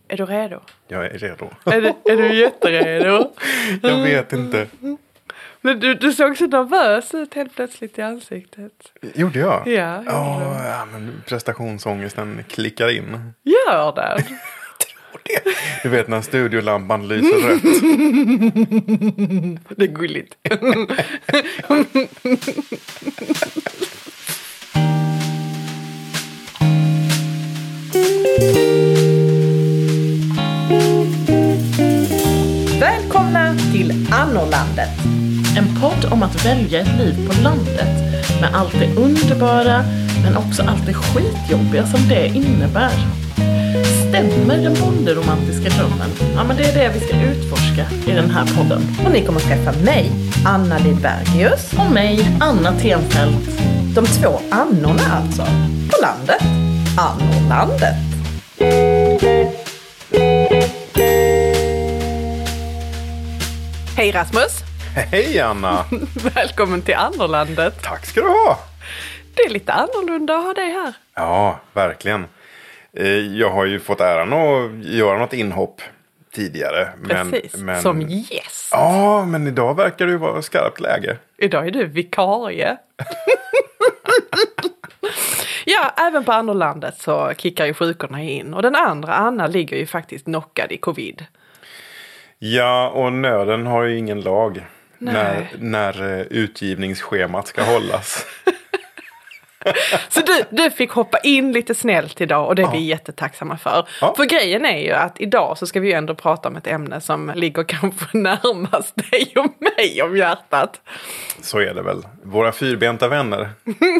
Är du redo? Jag är redo. Är du jätteredo? Jag vet inte. Men du såg så nervös ut helt plötsligt i ansiktet. Gjorde jag? Ja. Ja, men prestationsångesten klickar in. Gör den? Det. Du vet när studiolampan lyser rött. Det är gulligt. Välkomna till Annorlandet. En podd om att välja ett liv på landet. Med allt det underbara, men också allt det skitjobbiga som det innebär. Stämmer den bonderomantiska drömmen? Ja, men det är det vi ska utforska i den här podden. Och ni kommer träffa mig, Anna Lidbergius. Och mig, Anna Tenfelt. De två Annorna alltså. På landet. Annorlandet. Hej Rasmus. Hej Anna. Välkommen till Annorlandet. Tack ska du ha. Det är lite annorlunda att ha dig här. Ja, verkligen. Jag har ju fått äran att göra något inhopp tidigare. Precis, men som gäst. Ja, men idag verkar det ju vara skarpt läge. Idag är du vikarie. Ja, även på Annorlandet så kickar ju sjukorna in. Och den andra Anna ligger ju faktiskt knockad i covid. Ja, och nöden har ju ingen lag när utgivningsschemat ska hållas. Så du fick hoppa in lite snällt idag och det är vi jättetacksamma för. Ja. För grejen är ju att idag så ska vi ju ändå prata om ett ämne som ligger kanske närmast dig och mig om hjärtat. Så är det väl. Våra fyrbenta vänner.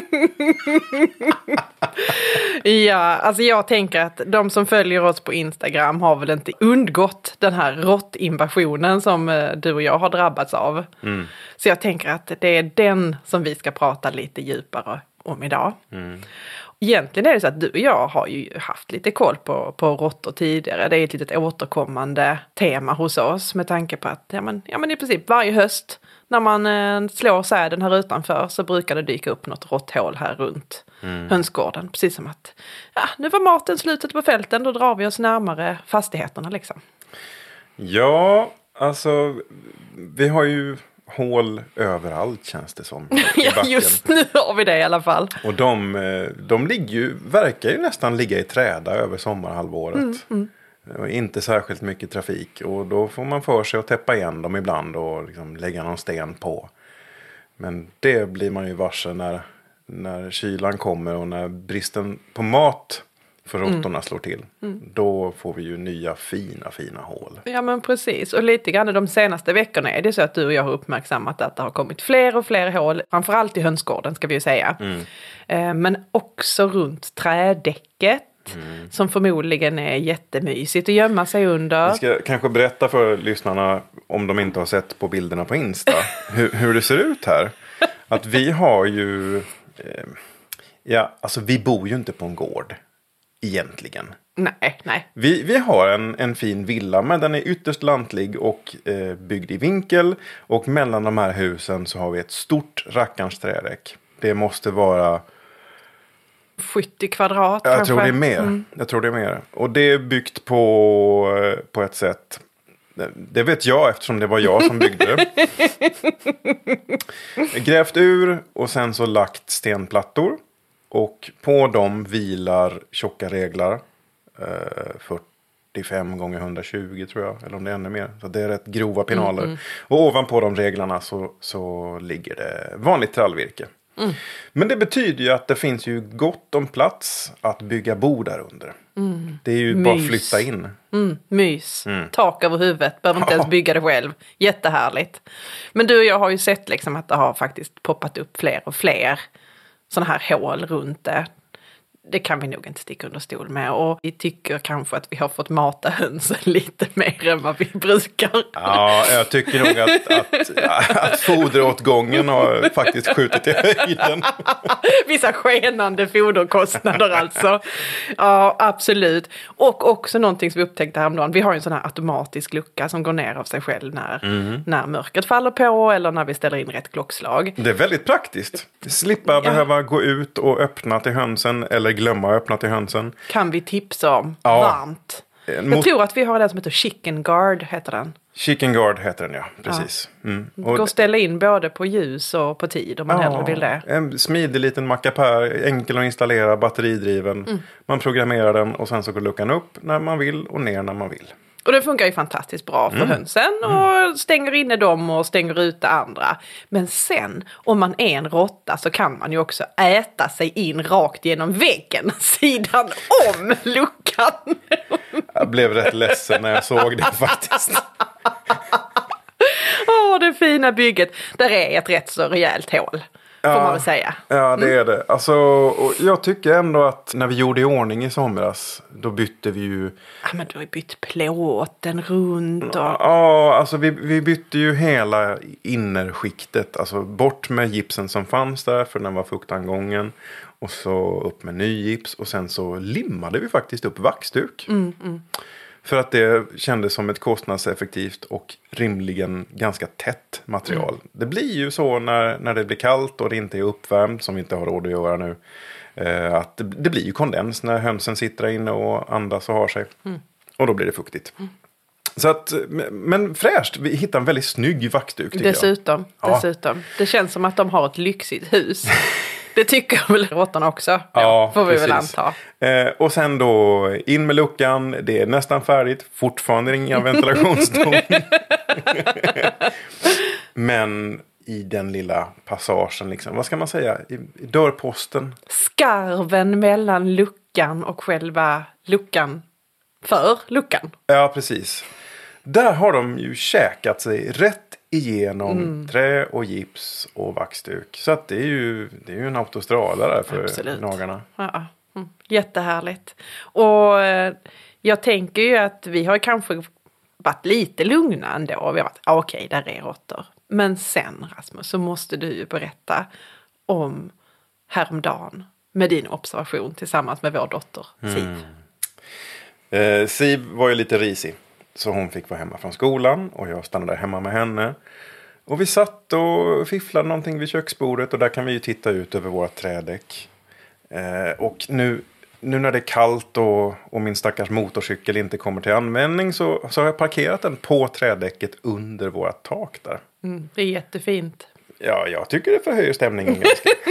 Ja, alltså jag tänker att de som följer oss på Instagram har väl inte undgått den här råttinvasionen som du och jag har drabbats av. Mm. Så jag tänker att det är den som vi ska prata lite djupare om idag. Mm. Egentligen är det så att du och jag har ju haft lite koll på råttor tidigare. Det är ett litet återkommande tema hos oss med tanke på att ja men i princip varje höst när man slår säden här utanför så brukar det dyka upp något råtthål här runt hönsgården. Precis som att nu var maten slutet på fälten, då drar vi oss närmare fastigheterna liksom. Ja, alltså vi har ju hål överallt känns det som. Ja, just nu har vi det i alla fall. Och de verkar ju nästan ligga i träda över sommarhalvåret. Och inte särskilt mycket trafik. Och då får man för sig att täppa igen dem ibland och liksom lägga någon sten på. Men det blir man ju varse när kylan kommer och när bristen på mat för råttorna slår till. Då får vi ju nya fina hål. Ja men precis. Och lite grann de senaste veckorna är det så att du och jag har uppmärksammat att det har kommit fler och fler hål. Framförallt i hönsgården ska vi ju säga. Men också runt trädäcket. Som förmodligen är jättemysigt att gömma sig under. Vi ska kanske berätta för lyssnarna om de inte har sett på bilderna på Insta. hur det ser ut här. Att vi har ju... alltså vi bor ju inte på en gård. Egentligen. Nej. Vi har en fin villa, men den är ytterst lantlig och byggd i vinkel. Och mellan de här husen så har vi ett stort rackarns trädäck. Det måste vara 70 kvadrat jag kanske. Tror det är mer. Jag tror det är mer. Och det är byggt på ett sätt. Det vet jag eftersom det var jag som byggde det. Grävt ur och sen så lagt stenplattor. Och på dem vilar tjocka reglar. 45 gånger 120 tror jag. Eller om det är ännu mer. Så det är rätt grova pinaler. Och ovanpå de reglarna så ligger det vanligt trallvirke. Men det betyder ju att det finns ju gott om plats att bygga bo där under. Det är ju bara att flytta in. Mys. Tak över huvudet. Behöver inte ens bygga det själv. Jättehärligt. Men du och jag har ju sett liksom att det har faktiskt poppat upp fler och fler sådana här hål runt det. Det kan vi nog inte sticka under stol med. Och vi tycker kanske att vi har fått mata hönsen lite mer än vad vi brukar. Ja, jag tycker nog att foderåtgången har faktiskt skjutit i höjden. Vissa skenande foderkostnader alltså. Ja, absolut. Och också någonting som vi upptäckte häromdagen. Vi har ju en sån här automatisk lucka som går ner av sig själv när mörkret faller på eller när vi ställer in rätt klockslag. Det är väldigt praktiskt. Slippa behöva gå ut och öppna till hönsen eller glömma att öppna till hönsen. Kan vi tipsa om varmt. Jag tror att vi har den som heter Chicken Guard, heter den. Chicken Guard heter den, ja. Precis. Ja. Mm. Går att ställa in både på ljus och på tid om man hellre vill det. En smidig liten mackapär, enkel att installera, batteridriven. Man programmerar den och sen så går luckan upp när man vill och ner när man vill. Och det funkar ju fantastiskt bra för hönsen och stänger inne dem och stänger ut det andra. Men sen, om man är en råtta så kan man ju också äta sig in rakt genom väggen, sidan om luckan. Jag blev rätt ledsen när jag såg det faktiskt. Det fina bygget. Där är ett rätt så rejält hål. Får man väl säga. Ja, det är det. Alltså, och jag tycker ändå att när vi gjorde i ordning i somras, då bytte vi ju... Ja, men du har ju bytt plåten runt och... Ja, alltså vi bytte ju hela innerskiktet. Alltså bort med gipsen som fanns där, för den var fuktangången. Och så upp med ny gips. Och sen så limmade vi faktiskt upp vaxduk. För att det kändes som ett kostnadseffektivt och rimligen ganska tätt material. Det blir ju så när det blir kallt och det inte är uppvärmt, som vi inte har råd att göra nu. Att det blir ju kondens när hönsen sitter där inne och andas och har sig. Och då blir det fuktigt. Så att, men fräscht, vi hittar en väldigt snygg vaxduk tycker Dessutom. Det känns som att de har ett lyxigt hus. Det tycker väl råttorna också. Ja, får vi väl anta. Och sen då in med luckan. Det är nästan färdigt. Fortfarande inga ventilationsdon. Men i den lilla passagen liksom. Vad ska man säga? I dörrposten. Skarven mellan luckan och själva luckan. För luckan. Ja, precis. Där har de ju käkat sig rätt igenom trä och gips och vaxduk. Så att det är ju en autostrada där för nagarna. Ja. Jättehärligt. Och jag tänker ju att vi har kanske varit lite lugna ändå. Vi har varit, okej, där är råttor. Men sen, Rasmus, så måste du ju berätta om häromdagen med din observation tillsammans med vår dotter Siv. Siv var ju lite risig. Så hon fick vara hemma från skolan och jag stannade hemma med henne. Och vi satt och fifflade någonting vid köksbordet och där kan vi ju titta ut över våra trädäck. Och nu när det är kallt och min stackars motorcykel inte kommer till användning så har jag parkerat den på trädäcket under våra tak där. Det är jättefint. Ja, jag tycker det förhöjer stämningen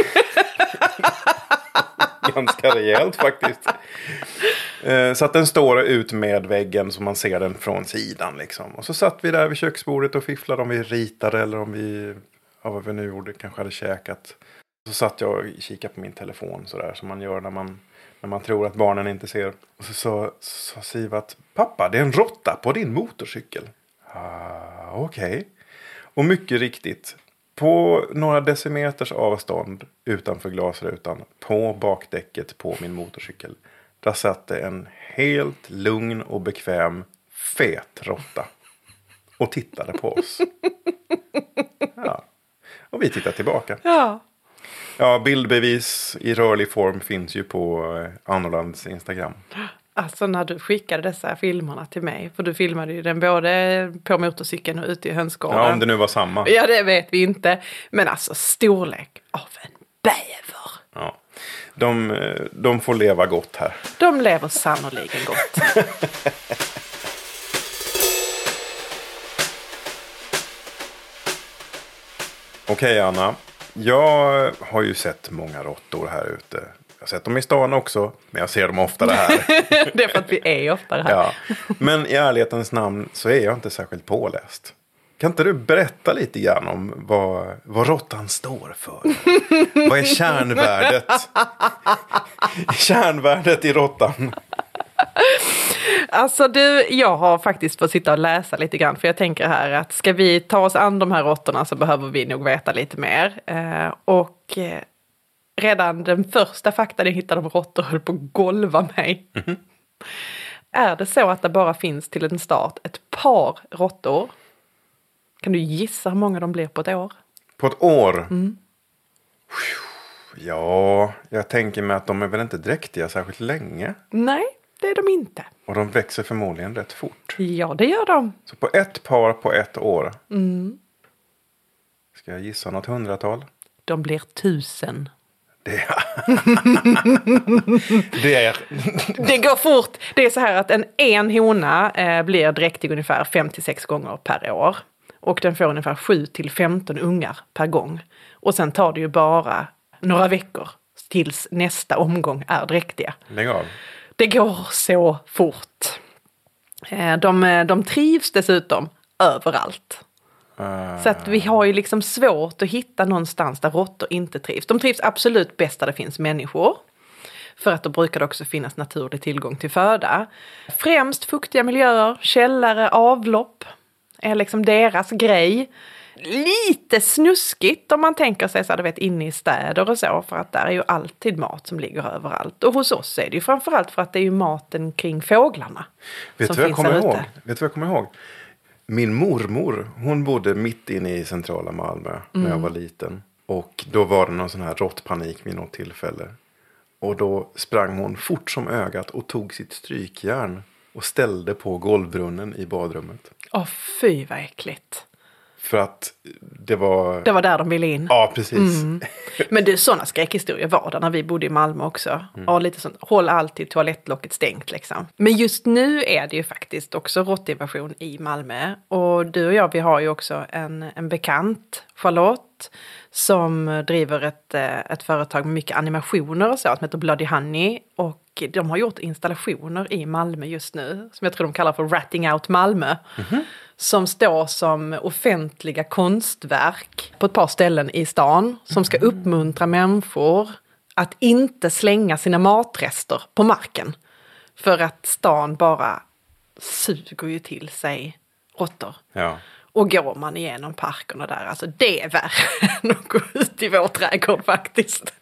ganska rejält faktiskt. Så att den står ut med väggen så man ser den från sidan liksom. Och så satt vi där vid köksbordet och fifflade om vi ritade eller om vi, vad vi nu gjorde, kanske hade käkat. Så satt jag och kikade på min telefon sådär som man gör när man tror att barnen inte ser. Och så sa Siv att pappa, det är en råtta på din motorcykel. Okej. Och mycket riktigt, på några decimeters avstånd utanför glasrutan på bakdäcket på min motorcykel, där satt det en helt lugn och bekväm fet råtta och tittade på oss. Ja. Och vi tittade tillbaka. Ja, bildbevis i rörlig form finns ju på Annorlands Instagram. Alltså när du skickade dessa filmerna till mig. För du filmade ju den både på motorcykeln och ute i hönsgården. Ja, om det nu var samma. Ja, det vet vi inte. Men alltså storlek av en bäver. Ja, de får leva gott här. De lever sannoliken gott. Okej, Anna. Jag har ju sett många råttor här ute. Jag har sett dem i stan också, men jag ser dem oftare här. Det är för att vi är oftare här. Ja. Men i ärlighetens namn så är jag inte särskilt påläst. Kan inte du berätta lite grann om vad råttan står för? Vad är kärnvärdet i råttan? Alltså jag har faktiskt fått sitta och läsa lite grann. För jag tänker här att ska vi ta oss an de här råttorna så behöver vi nog veta lite mer. Redan den första faktan jag hittade om råttor höll på att golva mig. Mm-hmm. Är det så att det bara finns till en start ett par råttor? Kan du gissa hur många de blir på ett år? På ett år? Mm. Ja, jag tänker mig att de är väl inte dräktiga särskilt länge. Nej, det är de inte. Och de växer förmodligen rätt fort. Ja, det gör de. Så på ett par på ett år. Mm. Ska jag gissa något 100-tal? De blir 1000. Det går fort. Det är så här att en hona blir dräktig ungefär 5-6 gånger per år. Och den får ungefär 7-15 ungar per gång. Och sen tar det ju bara några veckor tills nästa omgång är dräktiga. Lägg av. Det går så fort. De trivs dessutom överallt. Så att vi har ju liksom svårt att hitta någonstans där råttor inte trivs. De trivs absolut bäst där det finns människor. För att då brukar det också finnas naturlig tillgång till föda. Främst fuktiga miljöer, källare, avlopp är liksom deras grej. Lite snuskigt om man tänker sig så, du vet, inne i städer och så. För att där är ju alltid mat som ligger överallt. Och hos oss är det ju framförallt för att det är ju maten kring fåglarna. Vet du vad jag kommer ihåg? Min mormor, hon bodde mitt inne i centrala Malmö när jag var liten. Och då var det någon sån här råttpanik vid något tillfälle. Och då sprang hon fort som ögat och tog sitt strykjärn och ställde på golvbrunnen i badrummet. Fy vad äckligt. För att det var... Det var där de ville in. Ja, precis. Men det är sådana skräckhistorier var det när vi bodde i Malmö också. Och lite sånt, håll alltid toalettlocket stängt liksom. Men just nu är det ju faktiskt också råttinvasion i Malmö. Och du och jag, vi har ju också en bekant, Charlotte, som driver ett företag med mycket animationer och så, som heter Bloody Honey. Och de har gjort installationer i Malmö just nu, som jag tror de kallar för Ratting Out Malmö. Som står som offentliga konstverk på ett par ställen i stan. Som ska uppmuntra människor att inte slänga sina matrester på marken. För att stan bara suger ju till sig råttor. Ja. Och går man igenom parkerna där, alltså det är värre än att gå ut i vår trädgård faktiskt.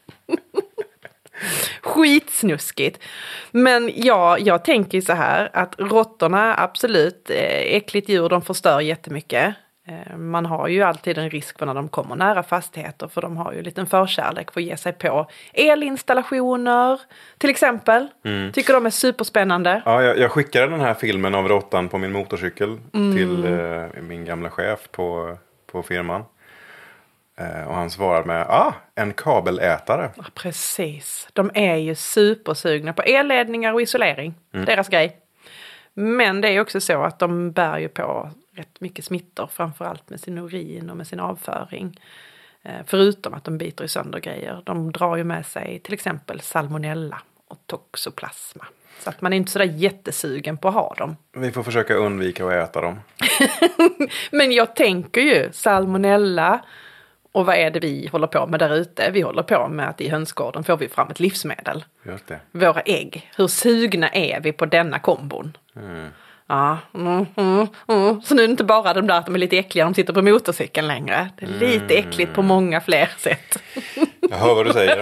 Skitsnuskigt. Men jag tänker så här att råttorna, absolut, äckligt djur, de förstör jättemycket. Man har ju alltid en risk för när de kommer nära fastigheter, för de har ju en liten förkärlek för att ge sig på elinstallationer till exempel. Tycker de är superspännande. Ja, jag skickade den här filmen av råttan på min motorcykel till min gamla chef på firman. Och han svarar med, en kabelätare. Ja, precis. De är ju supersugna på elledningar och isolering. Deras grej. Men det är också så att de bär ju på rätt mycket smittor. Framförallt med sin urin och med sin avföring. Förutom att de biter i sönder grejer. De drar ju med sig till exempel salmonella och toxoplasma. Så att man är inte sådär jättesugen på att ha dem. Vi får försöka undvika att äta dem. Men jag tänker ju salmonella. Och vad är det vi håller på med där ute? Vi håller på med att i hönsgården får vi fram ett livsmedel. Just det. Våra ägg. Hur sugna är vi på denna kombon? Ja. Så nu är det inte bara de där att de är lite äckliga, de sitter på motorcykeln längre. Det är lite äckligt på många fler sätt. Jag hör vad du säger.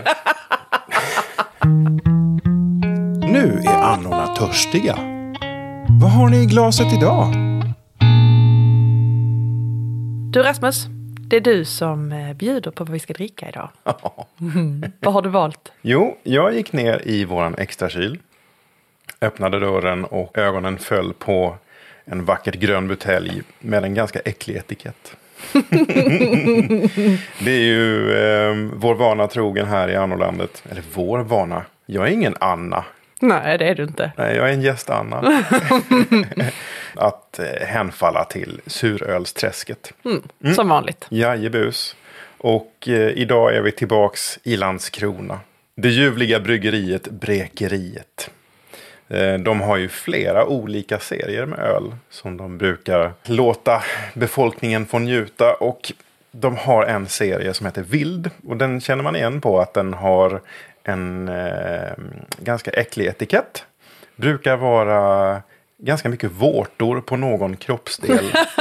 Nu är annorna törstiga. Vad har ni i glaset idag? Du Rasmus, det är du som bjuder på vad vi ska dricka idag. Vad har du valt? Jo, jag gick ner i våran extra kyl. Öppnade dörren och ögonen föll på en vackert grön butelj med en ganska äcklig etikett. Det är ju vår vana trogen här i Annorlandet. Eller vår vana. Jag är ingen Anna. Nej, det är du inte. Nej, jag är en gäst Anna. Att hänfalla till surölsträsket. Som vanligt. Jajebus. Och idag är vi tillbaks i Landskrona. Det ljuvliga bryggeriet Bräkeriet. De har ju flera olika serier med öl som de brukar låta befolkningen få njuta. Och de har en serie som heter Vild. Och den känner man igen på att den har en ganska äcklig etikett. Brukar vara ganska mycket vårtor på någon kroppsdel.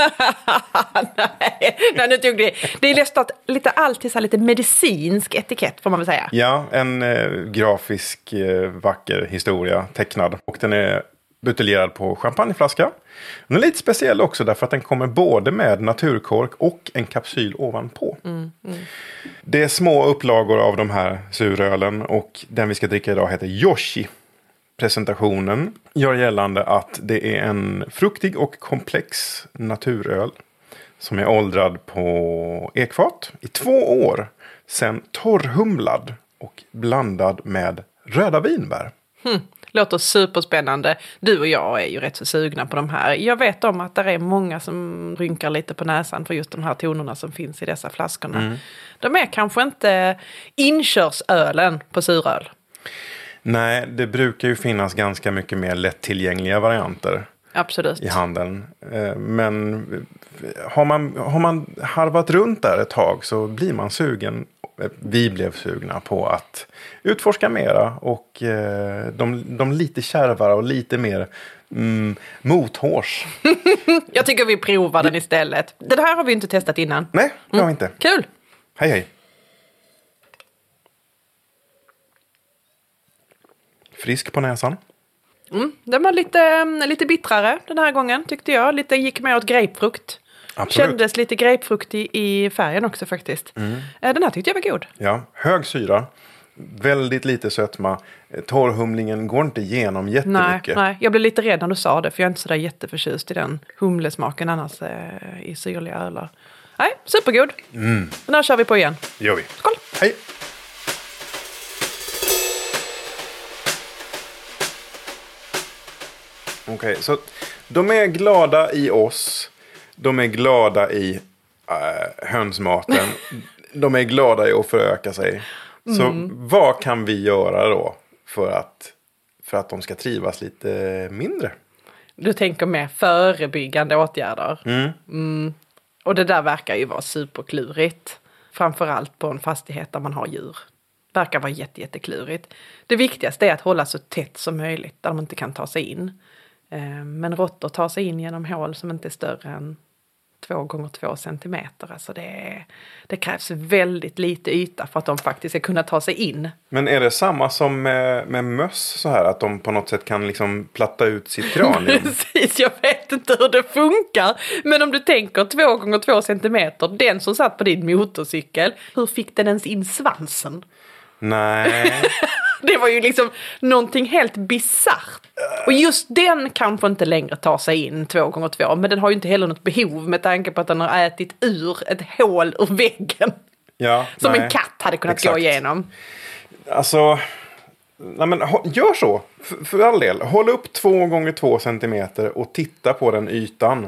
Nej, nu tog det. Det är nästan alltid så lite medicinsk etikett får man väl säga. Ja, en grafisk vacker historia tecknad. Och den är buteljerad på champagneflaska. Den är lite speciell också därför att den kommer både med naturkork och en kapsyl ovanpå. Det är små upplagor av de här surölen och den vi ska dricka idag heter Yoshi. Presentationen gör gällande att det är en fruktig och komplex naturöl som är åldrad på ekfat i 2 år. Sen torrhumlad och blandad med röda vinbär. Låter superspännande. Du och jag är ju rätt så sugna på de här. Jag vet om att det är många som rynkar lite på näsan för just de här tonerna som finns i dessa flaskorna. De är kanske inte inkörsölen på suröl. Nej, det brukar ju finnas ganska mycket mer lättillgängliga varianter. Absolut. I handeln. Men har man harvat runt där ett tag så blir man sugen. Vi blev sugna på att utforska mera och de lite kärvare och lite mer mothårs. Jag tycker vi provar den istället. Det här har vi inte testat innan. Nej, det har vi inte. Kul! Hej hej. Frisk på näsan. Den var lite bittrare den här gången tyckte jag. Gick med åt grapefrukt. Absolut. Kändes lite grapefrukt i färgen också faktiskt. Den här tyckte jag var god. Ja, hög syra. Väldigt lite sötma. Torrhumlingen går inte igenom jättemycket. Nej, jag blev lite rädd när du sa det. För jag är inte så där jätteförtjust i den humlesmaken annars i syrliga ölar. Nej, supergod. Den här kör vi på igen. Det gör vi. Skål! Hej! Okej, så de är glada i oss. De är glada i hönsmaten. De är glada i att föröka sig. Så vad kan vi göra då för att de ska trivas lite mindre? Du tänker med förebyggande åtgärder. Och det där verkar ju vara superklurigt. Framförallt på en fastighet där man har djur. Verkar vara jätteklurigt. Det viktigaste är att hålla så tätt som möjligt där de inte kan ta sig in. Men råttor tar sig in genom hål som inte är större än 2 gånger 2 centimeter. Alltså det krävs väldigt lite yta för att de faktiskt ska kunna ta sig in. Men är det samma som med möss så här? Att de på något sätt kan liksom platta ut sitt kranium? Precis, jag vet inte hur det funkar. Men om du tänker 2 gånger 2 centimeter, den som satt på din motorcykel, hur fick den ens in svansen? Nej. Det var ju liksom någonting helt bizarrt. Och just den kanske inte längre tar sig in 2 gånger 2. Men den har ju inte heller något behov med tanke på att den har ätit ur ett hål ur väggen. Ja, som en katt hade kunnat gå igenom. Alltså, nej men, gör så. För all del. Håll upp 2 gånger 2 centimeter och titta på den ytan.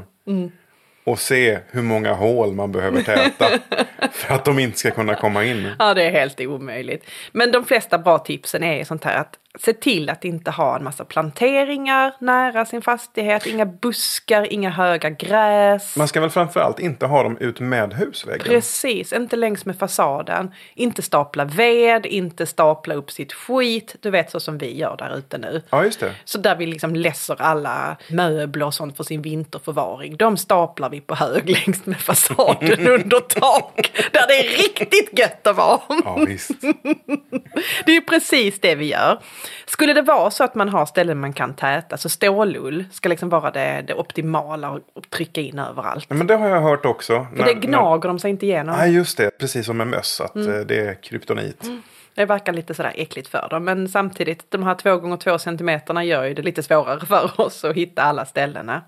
Och se hur många hål man behöver täta för att de inte ska kunna komma in. Ja, det är helt omöjligt. Men de flesta bra tipsen är sånt här att se till att inte ha en massa planteringar nära sin fastighet. Inga buskar, inga höga gräs. Man ska väl framförallt inte ha dem ut med husväggen. Precis, inte längs med fasaden. Inte stapla ved, inte stapla upp sitt skit. Du vet så som vi gör där ute nu. Ja, just det. Så där vi liksom lässer alla möbler och sånt för sin vinterförvaring. De staplar vi på hög längs med fasaden under tak. Där det är riktigt gött att vara. Ja, visst. Det är ju precis det vi gör. Skulle det vara så att man har ställen man kan täta, så stålull ska liksom vara det optimala och trycka in överallt. Ja, men det har jag hört också. För det gnager de sig inte igenom. Nej, just det. Precis som med möss, att det är kryptonit. Det verkar lite sådär äckligt för dem. Men samtidigt, de här 2 gånger 2 centimeterna gör ju det lite svårare för oss att hitta alla ställena.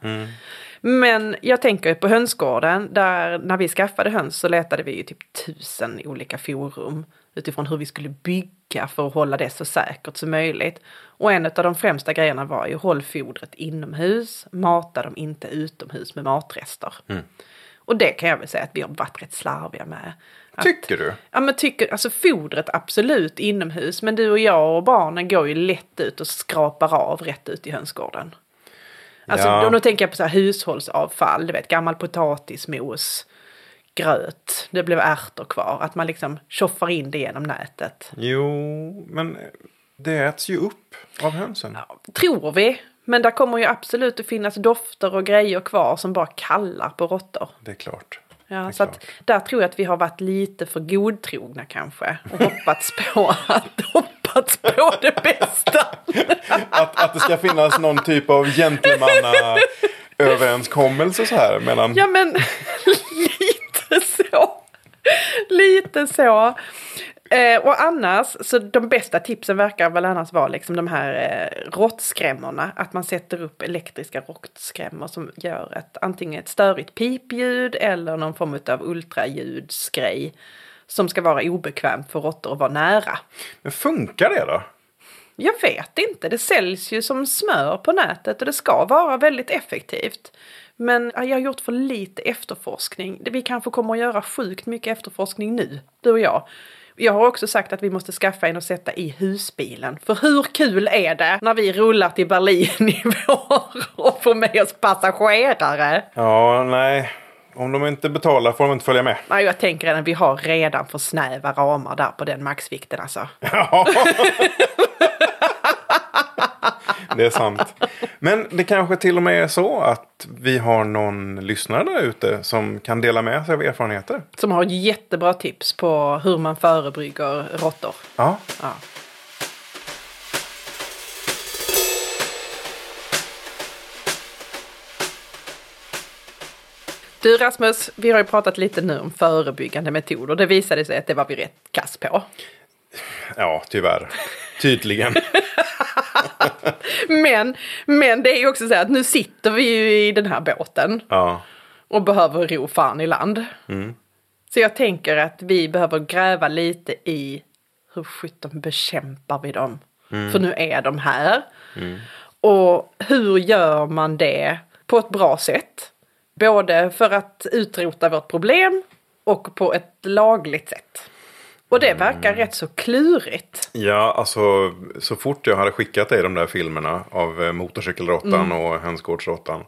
Men jag tänker på hönsgården, där när vi skaffade höns så letade vi ju typ 1000 olika forum utifrån hur vi skulle bygga för att hålla det så säkert som möjligt. Och en av de främsta grejerna var ju håll fodret inomhus, mata dem inte utomhus med matrester. Och det kan jag väl säga att vi har varit rätt slarviga med. Tycker du? Ja, men alltså fodret absolut inomhus, men du och jag och barnen går ju lätt ut och skrapar av rätt ut i hönsgården. Alltså då tänker jag på så här hushållsavfall, du vet, gammal potatismos, gröt, det blev ärtor kvar, att man liksom tjoffar in det genom nätet. Jo, men det äts ju upp av hönsen. Ja, tror vi, men där kommer ju absolut att finnas dofter och grejer kvar som bara kallar på råttor. Det är klart. Ja, så att där tror jag att vi har varit lite för godtrogna kanske och hoppats på det bästa. Att det ska finnas någon typ av gentlemannaöverenskommelse så här mellan... Ja, men lite så. Och annars, så de bästa tipsen verkar väl annars vara liksom de här råttskrämmorna. Att man sätter upp elektriska råttskrämmor som gör antingen ett störigt pipljud eller någon form av ultraljudsgrej. som ska vara obekvämt för råttor att vara nära. Men funkar det då? Jag vet inte, det säljs ju som smör på nätet och det ska vara väldigt effektivt. Men jag har gjort för lite efterforskning. Vi kanske kommer att göra sjukt mycket efterforskning nu, du och jag. Jag har också sagt att vi måste skaffa en och sätta i husbilen. För hur kul är det när vi rullar till Berlin i vår och får med oss passagerare? Ja, nej. Om de inte betalar får de inte följa med. Nej, jag tänker att vi har redan för snäva ramar där på den maxvikten alltså. Ja. Det är sant. Men det kanske till och med är så att vi har någon lyssnare där ute som kan dela med sig av erfarenheter. Som har jättebra tips på hur man förebrygger råttor. Ja. Ja. Du Rasmus, vi har ju pratat lite nu om förebyggande metoder. Det visade sig att det var vi rätt kass på. Ja, tyvärr. Tydligen. men det är ju också så att nu sitter vi ju i den här båten. Ja. Och behöver ro fan i land. Mm. Så jag tänker att vi behöver gräva lite i hur sjutton bekämpar vi dem. För nu är de här. Och hur gör man det på ett bra sätt? Både för att utrota vårt problem och på ett lagligt sätt. Och det verkar rätt så klurigt. Ja, alltså så fort jag hade skickat dig de där filmerna av motorcykelråttan och hönsgårdsråttan.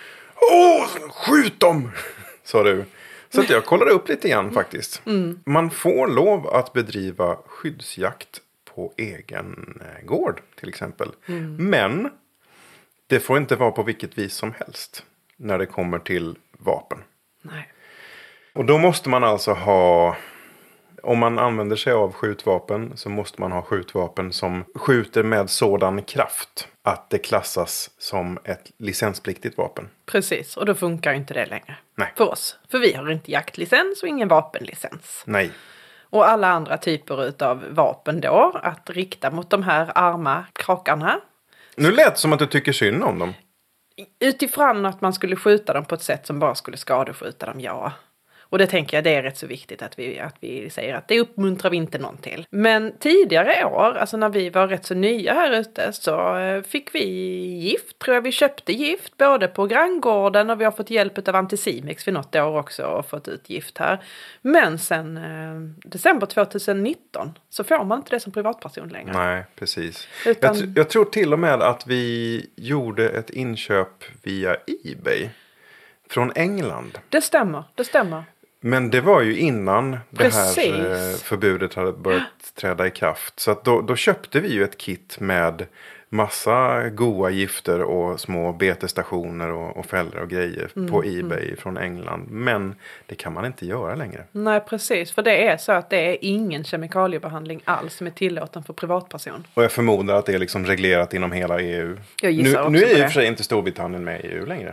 Skjut dem! Sa du. Så att jag kollade upp lite grann faktiskt. Man får lov att bedriva skyddsjakt på egen gård till exempel. Men det får inte vara på vilket vis som helst när det kommer till vapen. Nej. Och då måste man alltså ha... Om man använder sig av skjutvapen så måste man ha skjutvapen som skjuter med sådan kraft att det klassas som ett licenspliktigt vapen. Precis, och då funkar inte det längre. Nej. För oss. För vi har inte jaktlicens och ingen vapenlicens. Nej. Och alla andra typer av vapen då, att rikta mot de här arma krakarna. Nu lät det som att du tycker synd om dem. Utifrån att man skulle skjuta dem på ett sätt som bara skulle skadeskjuta dem, ja. Och det tänker jag, det är rätt så viktigt att vi säger att det uppmuntrar vi inte någon till. Men tidigare år, alltså när vi var rätt så nya här ute, så fick vi gift, tror jag vi köpte gift, både på granngården och vi har fått hjälp av Anticimex för något år också och fått ut gift här. Men sen december 2019 så får man inte det som privatperson längre. Nej, precis. Utan... Jag tror till och med att vi gjorde ett inköp via eBay från England. Det stämmer. Men det var ju innan Precis. Det här förbudet hade börjat träda i kraft. Så att då köpte vi ju ett kit med massa goda gifter och små betestationer och fällor och grejer på eBay från England. Men det kan man inte göra längre. Nej, precis. För det är så att det är ingen kemikaliebehandling alls som är tillåten för privatperson. Och jag förmodar att det är liksom reglerat inom hela EU. Jag gissar också nu är på i det. och för sig inte Storbritannien med i EU längre.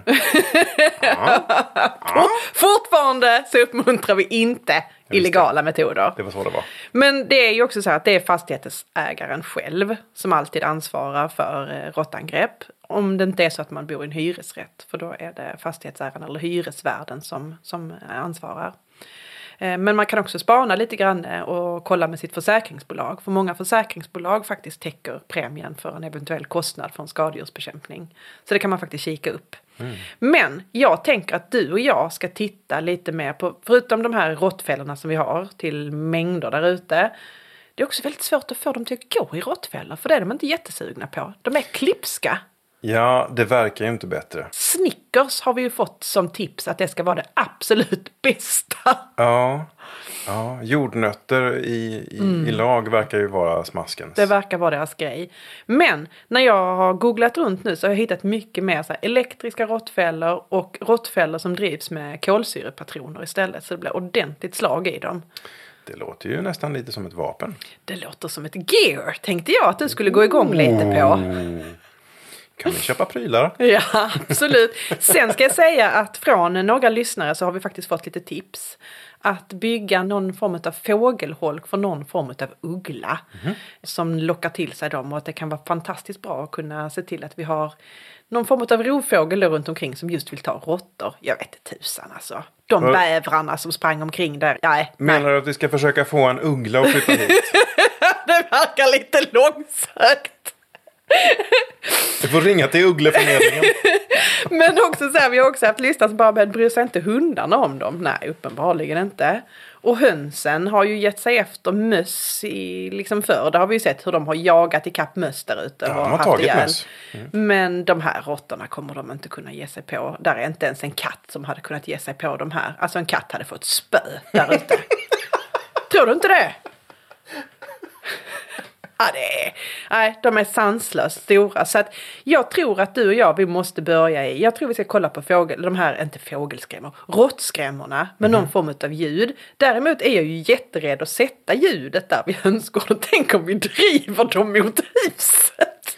Fortfarande så uppmuntrar vi inte illegala metoder. Det var så det var. Men det är ju också så här att det är fastighetsägaren själv som alltid ansvarar för råttangrepp. Om det inte är så att man bor i en hyresrätt. För då är det fastighetsägaren eller hyresvärden som ansvarar. Men man kan också spana lite grann och kolla med sitt försäkringsbolag. För många försäkringsbolag faktiskt täcker premien för en eventuell kostnad för en skadedjursbekämpning. Så det kan man faktiskt kika upp. Men jag tänker att du och jag ska titta lite mer på, förutom de här råttfällorna som vi har till mängder där ute. Det är också väldigt svårt att få dem till att gå i råttfällor, för det är de inte jättesugna på. De är klipska. Ja, det verkar ju inte bättre. Snickers har vi ju fått som tips att det ska vara det absolut bästa. Ja, jordnötter i lag verkar ju vara smaskens. Det verkar vara deras grej. Men när jag har googlat runt nu så har jag hittat mycket mer så här elektriska råttfällor och råttfällor som drivs med kolsyrepatroner istället. Så det blir ordentligt slag i dem. Det låter ju nästan lite som ett vapen. Det låter som ett gear, tänkte jag att du skulle gå igång lite på. Kan vi köpa prylar? Ja, absolut. Sen ska jag säga att från några lyssnare så har vi faktiskt fått lite tips. Att bygga någon form av fågelholk för någon form av uggla. Som lockar till sig dem, och att det kan vara fantastiskt bra att kunna se till att vi har någon form av rovfågel då runt omkring som just vill ta råttor. Jag vet inte tusan alltså. De bävrarna som sprang omkring där. Nej. Menar du att vi ska försöka få en uggla att flytta hit? Det verkar lite långsökt. Du får ringa till Uggleförmedlingen. Men också så här, vi har också haft listan som bara bryr sig inte hundarna om dem. Nej, uppenbarligen inte. Och hönsen har ju gett sig efter möss i, liksom förr. Där har vi ju sett hur de har jagat i kapp möss där ute. Ja, de har tagit möss. Men de här råttorna kommer de inte kunna ge sig på. Där är inte ens en katt som hade kunnat ge sig på de här. Alltså en katt hade fått spö där ute. Tror du inte det? Ja, nej, de är sanslöst stora. Så att jag tror att du och jag, vi måste börja i. Jag tror vi ska kolla på inte fågelskrämmor, råttskrämmorna med någon form av ljud. Däremot är jag ju jätterädd att sätta ljudet där vid hönsgården. Tänk om vi driver dem mot huset.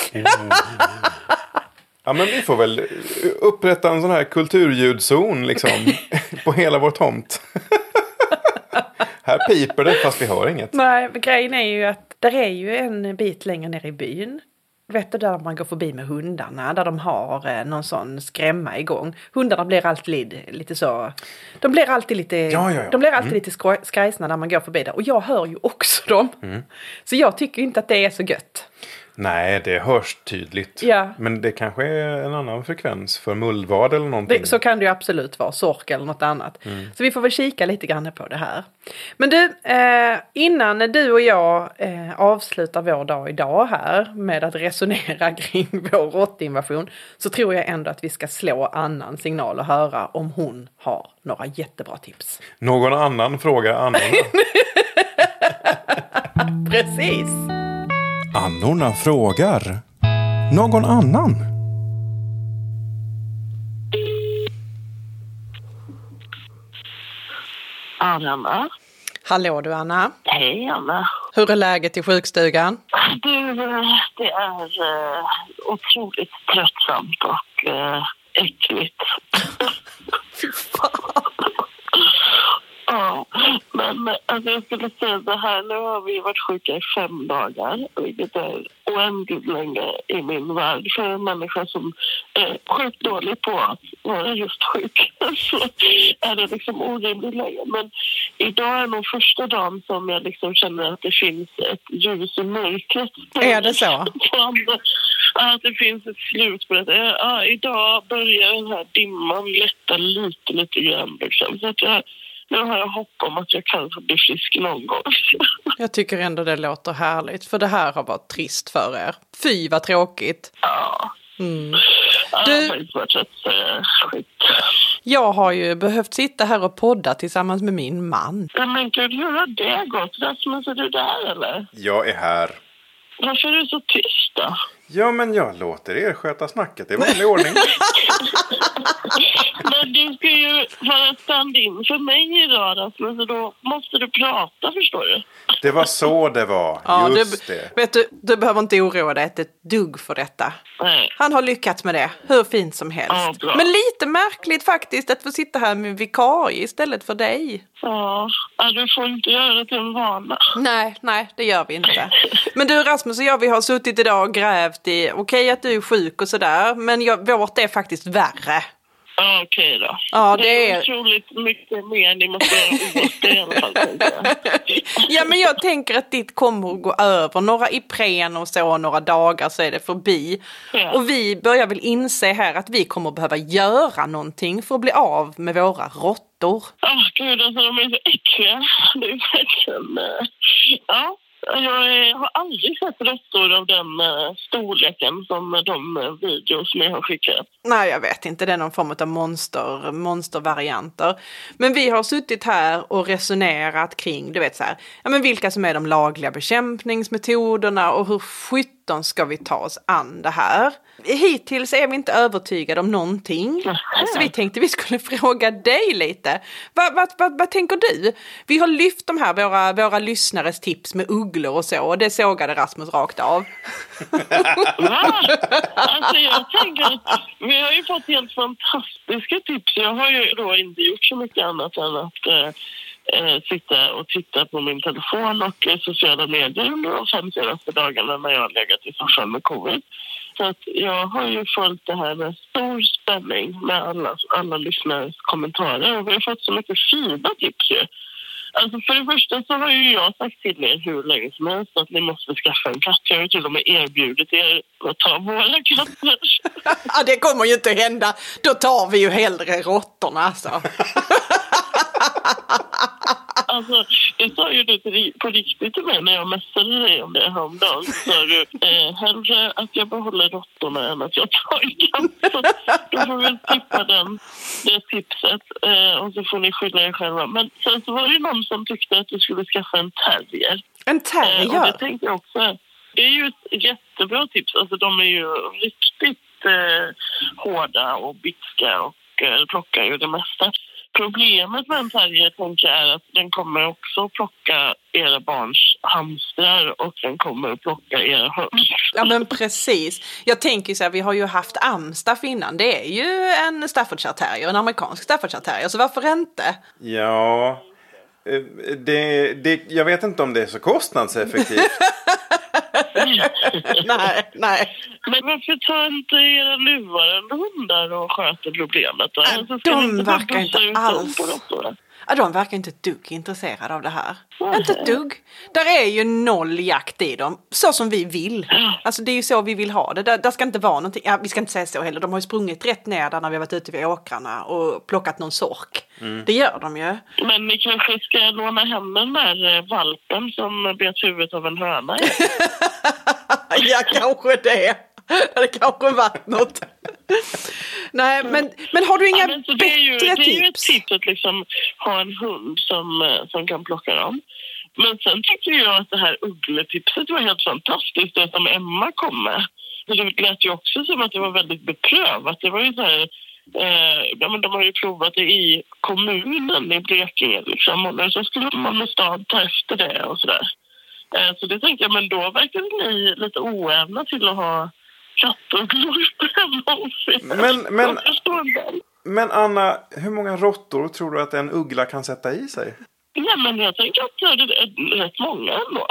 Ja, men vi får väl upprätta en sån här kulturljudzon liksom på hela vår tomt. Här piper det fast vi hör inget. Nej, grejen är ju att där är ju en bit längre ner i byn. Vet du, där man går förbi med hundarna. Där de har någon sån skrämma igång. Hundarna blir alltid lite så... De blir alltid lite, De blir alltid lite skrajsna när man går förbi där. Och jag hör ju också dem. Så jag tycker inte att det är så gött. Nej, det hörs tydligt. Ja. Men det kanske är en annan frekvens för mullvad eller någonting. Så kan det ju absolut vara, sork eller något annat. Så vi får väl kika lite grann på det här. Men du, innan du och jag avslutar vår dag idag här med att resonera kring vår råttinvasion, så tror jag ändå att vi ska slå annan signal och höra om hon har några jättebra tips. Någon annan frågar annorna. Precis. Annorna frågar. Någon annan? Anna. Hallå du Anna. Hej Anna. Hur är läget i sjukstugan? Du, det är otroligt tröttsamt och äckligt. Fy fan. Ja, men alltså jag skulle säga så här, nu har vi varit sjuka i 5 dagar, vilket är oändligt länge i min värld. För en människa som är sjukt dålig på att vara just sjuk så är det liksom orimligt länge. Men idag är nog första dagen som jag liksom känner att det finns ett ljus i mörkret. Är det så? Att det finns ett slut på det. Ja, idag börjar den här dimman lätta lite grann liksom. Så att nu har jag hopp om att jag kan få bli frisk någon gång. Jag tycker ändå det låter härligt. För det här har varit trist för er. Fy vad tråkigt. Ja. Du, det har faktiskt varit rätt skit. Jag har ju behövt sitta här och podda tillsammans med min man. Men gud, hur har det gått? Rasmus, är du där eller? Jag är här. Varför är du så tyst då? Ja, men jag låter er sköta snacket i vanlig ordning. Men du ska ju vara stand-in för mig idag, Rasmus, så då måste du prata, förstår du? Det var så det var, ja, just det. Vet du behöver inte oroa dig ett dugg för detta. Nej. Han har lyckats med det, hur fint som helst. Ja, men lite märkligt faktiskt att få sitta här med vikarie istället för dig. Ja, du får inte göra det till en vana. Nej, det gör vi inte. Men du Rasmus och jag, vi har suttit idag och grävt i, okej att du är sjuk och sådär, men vårt är faktiskt värre. Ja, okej då. Ja, det är otroligt mycket mer ni måste göra åt det i alla fall. Ja, men jag tänker att ditt kommer att gå över. Några Ipren och så, några dagar så är det förbi. Ja. Och vi börjar väl inse här att vi kommer att behöva göra någonting för att bli av med våra råttor. Gud, alltså de är så äckliga. Det är verkligen... Ja. Jag har aldrig sett råttor av den storleken som de videos ni har skickat. Nej, jag vet inte. Det är någon form av monstervarianter. Men vi har suttit här och resonerat kring, du vet så här, ja, men vilka som är de lagliga bekämpningsmetoderna och hur sjutton ska vi ta oss an det här. Hittills är vi inte övertygade om någonting. Så vi tänkte vi skulle fråga dig lite. Vad tänker du? Vi har lyft de här våra lyssnares tips med ugglor och så. Och det sågade Rasmus rakt av. Va? Alltså jag tänker att vi har ju fått helt fantastiska tips. Jag har ju då inte gjort så mycket annat än att sitta och titta på min telefon och sociala medier under de 5 senaste dagarna när jag har legat i soffan med covid. Så att jag har ju följt det här med stor spänning med alla lyssnares kommentarer. Och vi har fått så mycket fina tips ju. Alltså för det första så har ju jag sagt till er hur länge som helst att ni måste skaffa en katt. Jag har ju till och med erbjudit er att ta våra katter. Ja, det kommer ju inte hända. Då tar vi ju hellre råttorna alltså. Alltså, det sa ju du på riktigt till mig när jag messade dig om det häromdagen. Så sa du hellre att jag behåller råttorna än att jag tar en katt. Så då får vi tippa det tipset och så får ni skylla er själva. Men sen så var det någon som tyckte att du skulle skaffa en terrier. En terrier? Och det tänkte jag också. Det är ju ett jättebra tips. Alltså de är ju riktigt hårda och bitska och plockar ju det mesta. Problemet med en terrier tänker jag är att den kommer också plocka era barns hamstrar och den kommer att plocka era höns. Ja men precis. Jag tänker så här, vi har ju haft Amstaff innan. Det är ju en Staffordshire terrier, en amerikansk Staffordshire terrier. Så varför inte? Ja, jag vet inte om det är så kostnadseffektivt. Nej. Men varför tar inte era nuvarande hundar och sköter problemet då? Alltså, de verkar inte alls. Ja, de verkar inte ett dugg intresserade av det här. Inte ett dugg. Där är ju noll jakt i dem. Så som vi vill. Alltså det är ju så vi vill ha det. Där ska inte vara någonting. Ja, vi ska inte säga så heller. De har ju sprungit rätt ner där när vi har varit ute vid åkrarna och plockat någon sork. Det gör de ju. Men ni kanske ska låna hem den där valpen som bet huvudet av en höna. Ja, kanske det. Det kanske varit något. Nej, men har du inga bättre tips? Det är ju ett tips att liksom ha en hund som kan plocka dem. Men sen tycker jag att det här uggletipset var helt fantastiskt, det som Emma kom med. Det lät ju också som att det var väldigt beprövat. Det var ju så här, de har ju provat det i kommunen i Blekinge liksom. Och så skulle man med stad ta efter det och sådär. Så det tänkte jag, men då verkar ni lite oävna till att ha Men Anna, hur många råttor tror du att en uggla kan sätta i sig? Ja, men jag tänker att det är rätt många ändå.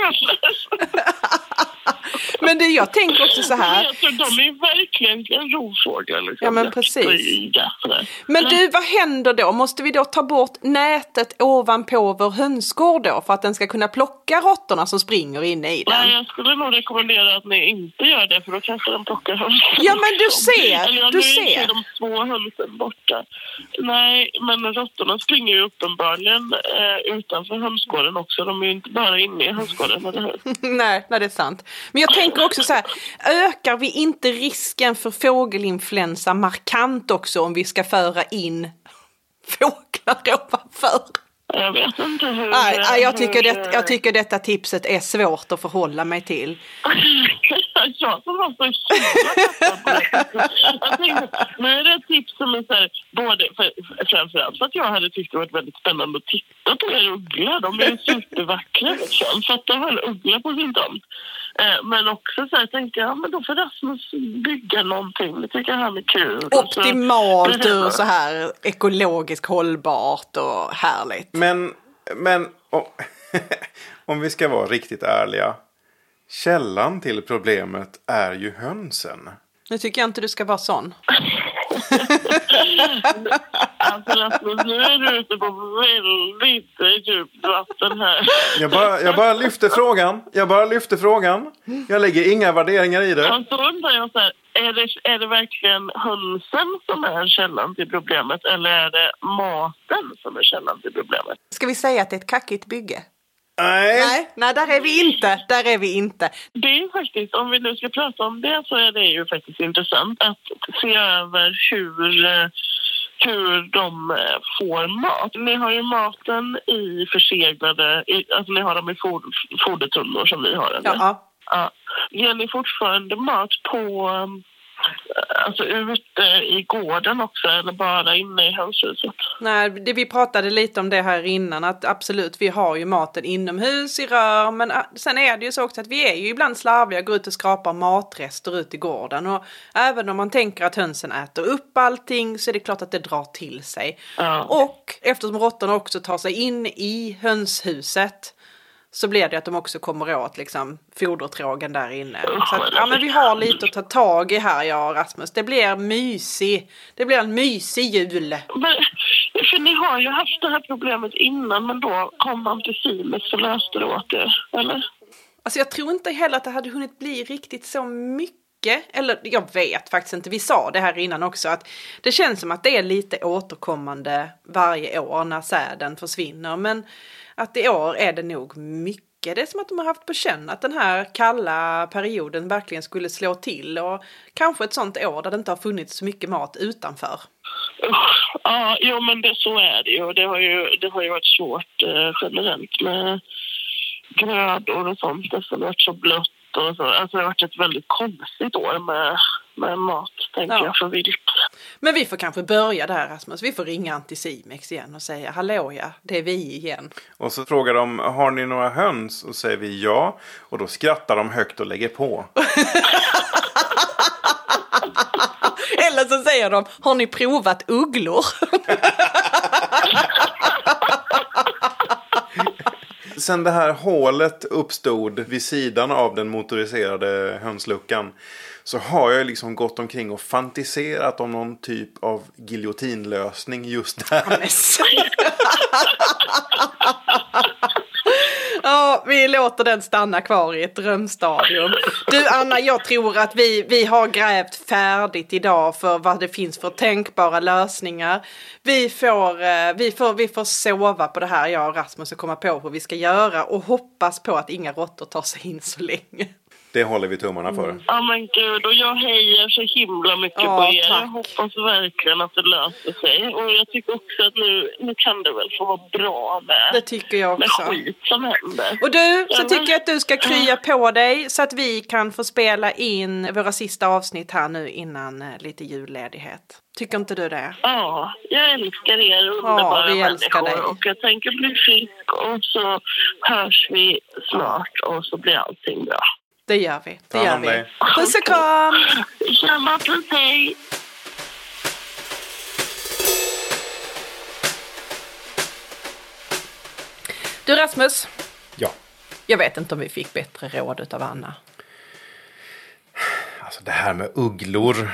Men jag tänker också så här. De är verkligen en rovfågel. Liksom. Ja, men precis. Men du, vad händer då? Måste vi då ta bort nätet ovanpå vår hönsgård då? För att den ska kunna plocka råttorna som springer inne i den? Nej, jag skulle nog rekommendera att ni inte gör det. För då kanske de plockar hönsen. Ja, men du ser. Eller du nu ser. är de små hönsen borta. Nej, men råttorna springer ju uppenbarligen utanför hönsgården också. De är ju inte bara inne i hönsgården, eller hur? Nej, det är sant. Men jag tänker också så här, ökar vi inte risken för fågelinfluensa markant också om vi ska föra in fåglar ovanför? Jag vet inte hur... Nej, jag tycker detta tipset är svårt att förhålla mig till. Jag som var så jag tänkte, nu är det ett tips som är så här, både framförallt för att jag hade tyckt det var väldigt spännande att titta på er ugglar. De är ju supervackra liksom. Så att de har en uggla på sin tomt. Men också så här tänkte jag, men då får Rasmus bygga någonting. Det tycker han är kul. Optimalt ur så här ekologiskt hållbart och härligt. Men om vi ska vara riktigt ärliga. Källan till problemet är ju hönsen. Nu tycker jag inte du ska vara sån. Alltså Rasmus, nu är du ute på väldigt djupt vatten här. Jag bara lyfter frågan. Jag lägger inga värderingar i det. Och så undrar jag så här, är det verkligen hönsen som är källan till problemet? Eller är det maten som är källan till problemet? Ska vi säga att det är ett kackigt bygge? Nej, där är vi inte. Det är faktiskt, om vi nu ska prata om det så är det ju faktiskt intressant att se över hur de får mat. Ni har ju maten i förseglade, alltså ni har dem i fodertunnor som vi har. Eller? Ja. Ger ni fortfarande mat på, alltså ute i gården också eller bara inne i hönshuset? Nej, vi pratade lite om det här innan att absolut, vi har ju maten inomhus i rör, men sen är det ju så också att vi är ju ibland slarviga, går ut och skrapar matrester ut i gården och även om man tänker att hönsen äter upp allting så är det klart att det drar till sig. Ja. Och eftersom råttorna också tar sig in i hönshuset så blir det att de också kommer åt liksom fodertrågen där inne. Så att, men vi har lite att ta tag i här, jag och Rasmus. Det blir en mysig jul. För ni har ju haft det här problemet innan, men då kom man till Siemens och löste det åt er, eller? Alltså jag tror inte heller att det hade hunnit bli riktigt så mycket. Eller jag vet faktiskt inte, vi sa det här innan också, att det känns som att det är lite återkommande varje år när säden försvinner, men att i år är det nog mycket. Det är som att de har haft på känn att den här kalla perioden verkligen skulle slå till, och kanske ett sånt år där det inte har funnits så mycket mat utanför. Ja, jo, men så är det ju. Det har ju varit svårt generellt med grödor och sånt, det har varit så blött. Och så. Alltså det har varit ett väldigt konstigt år med mat, tänker jag, för vilt. Men vi får kanske börja där, Rasmus. Vi får ringa Anticimex igen och säga, hallå ja, det är vi igen. Och så frågar de, har ni några höns? Och säger vi ja. Och då skrattar de högt och lägger på. Eller så säger de, har ni provat ugglor? Sen det här hålet uppstod vid sidan av den motoriserade hönsluckan, så har jag liksom gått omkring och fantiserat om någon typ av giljotinlösning just där. Ja, vi låter den stanna kvar i ett drömstadium. Du Anna, jag tror att vi har grävt färdigt idag för vad det finns för tänkbara lösningar. Vi får sova på det här, jag och Rasmus, och komma på hur vi ska göra och hoppas på att inga råttor tar sig in så länge. Det håller vi tummarna för. Ja, men gud, och jag hejar så himla mycket på er. Tack. Jag hoppas verkligen att det löser sig. Och jag tycker också att nu kan det väl få vara bra med, det tycker jag också, med skit som händer. Och du, så tycker jag att du ska krya på dig så att vi kan få spela in våra sista avsnitt här nu innan lite julledighet. Tycker inte du det? Ja, jag älskar er underbara vi älskar människor. dig. Och jag tänker bli frisk, och så hörs vi snart och så blir allting bra. Det gör vi. Puss och kram! Tjena, puss, hej! Du Rasmus. Ja. Jag vet inte om vi fick bättre råd av Anna. Alltså det här med ugglor.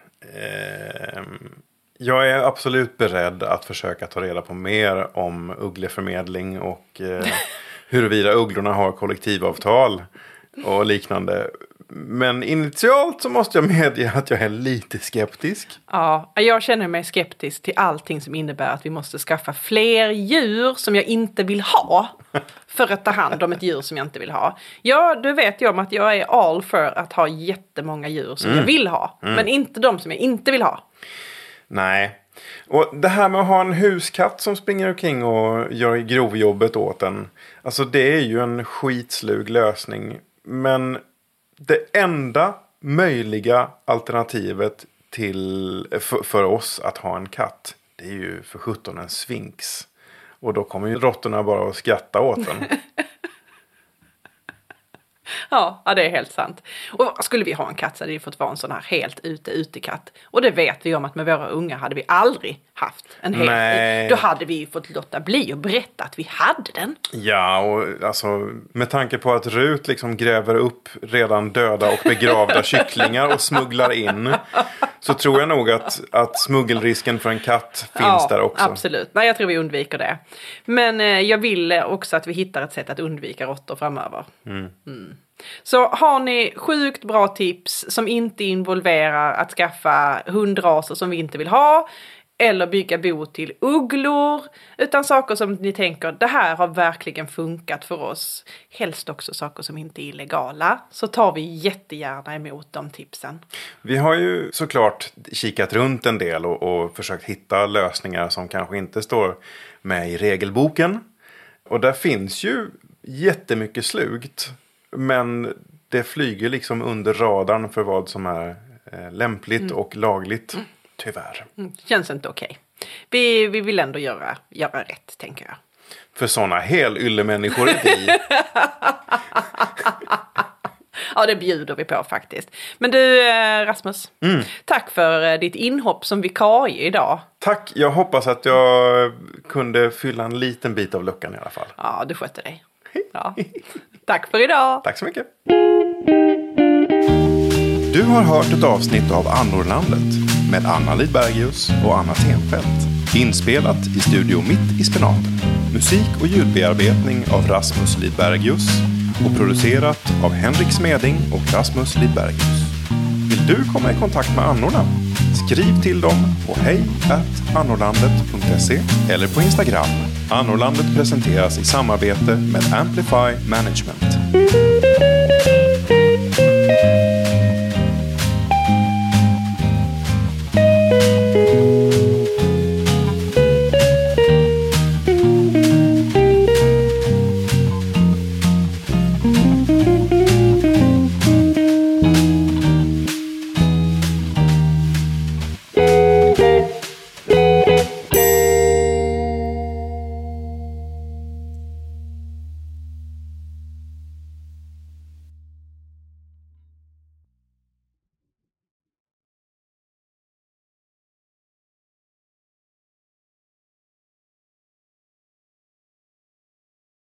Jag är absolut beredd att försöka ta reda på mer om uggleförmedling och huruvida ugglorna har kollektivavtal och liknande. Men initialt så måste jag medge att jag är lite skeptisk. Ja, jag känner mig skeptisk till allting som innebär att vi måste skaffa fler djur som jag inte vill ha för att ta hand om ett djur som jag inte vill ha. Ja, du vet ju om att jag är all för att ha jättemånga djur som jag vill ha, men inte de som jag inte vill ha. Nej. Och det här med att ha en huskatt som springer omkring och gör grovjobbet åt en. Alltså det är ju en skitslug lösning. Men det enda möjliga alternativet för oss att ha en katt, det är ju för 17 en sfinx. Och då kommer ju råttorna bara att skratta åt den. Ja, det är helt sant. Och skulle vi ha en katt så hade det fått vara en sån här helt ute-katt. Och det vet vi om att med våra unga hade vi aldrig haft en helt. Nej. Då hade vi fått låta bli och berätta att vi hade den. Ja, och alltså med tanke på att Rut liksom gräver upp redan döda och begravda kycklingar och smugglar in, så tror jag nog att smuggelrisken för en katt finns där också. Absolut. Nej, jag tror vi undviker det. Men jag vill också att vi hittar ett sätt att undvika råttor framöver. Så har ni sjukt bra tips som inte involverar att skaffa hundraser som vi inte vill ha, eller bygga bo till ugglor, utan saker som ni tänker, det här har verkligen funkat för oss, helst också saker som inte är illegala, så tar vi jättegärna emot de tipsen. Vi har ju såklart kikat runt en del och försökt hitta lösningar som kanske inte står med i regelboken. Och där finns ju jättemycket slugt, men det flyger liksom under radarn för vad som är lämpligt och lagligt. Tyvärr. Känns inte okej. Vi vill ändå göra rätt, tänker jag. För sådana helylle-människor är vi. Ja, det bjuder vi på faktiskt. Men du, Rasmus. Tack för ditt inhopp som vikarie idag. Tack, jag hoppas att jag kunde fylla en liten bit av luckan i alla fall. Ja, du skötte dig. Ja. Tack för idag. Tack så mycket. Du har hört ett avsnitt av Annorlandet med Anna Lidbergius och Anna Tenfelt. Inspelat i studio Mitt i Spenaten. Musik och ljudbearbetning av Rasmus Lidbergius och producerat av Henrik Smeding och Rasmus Lidbergius. Vill du komma i kontakt med Annorna? Skriv till dem på hej@annorlandet.se eller på Instagram. Annorlandet presenteras i samarbete med Amplify Management.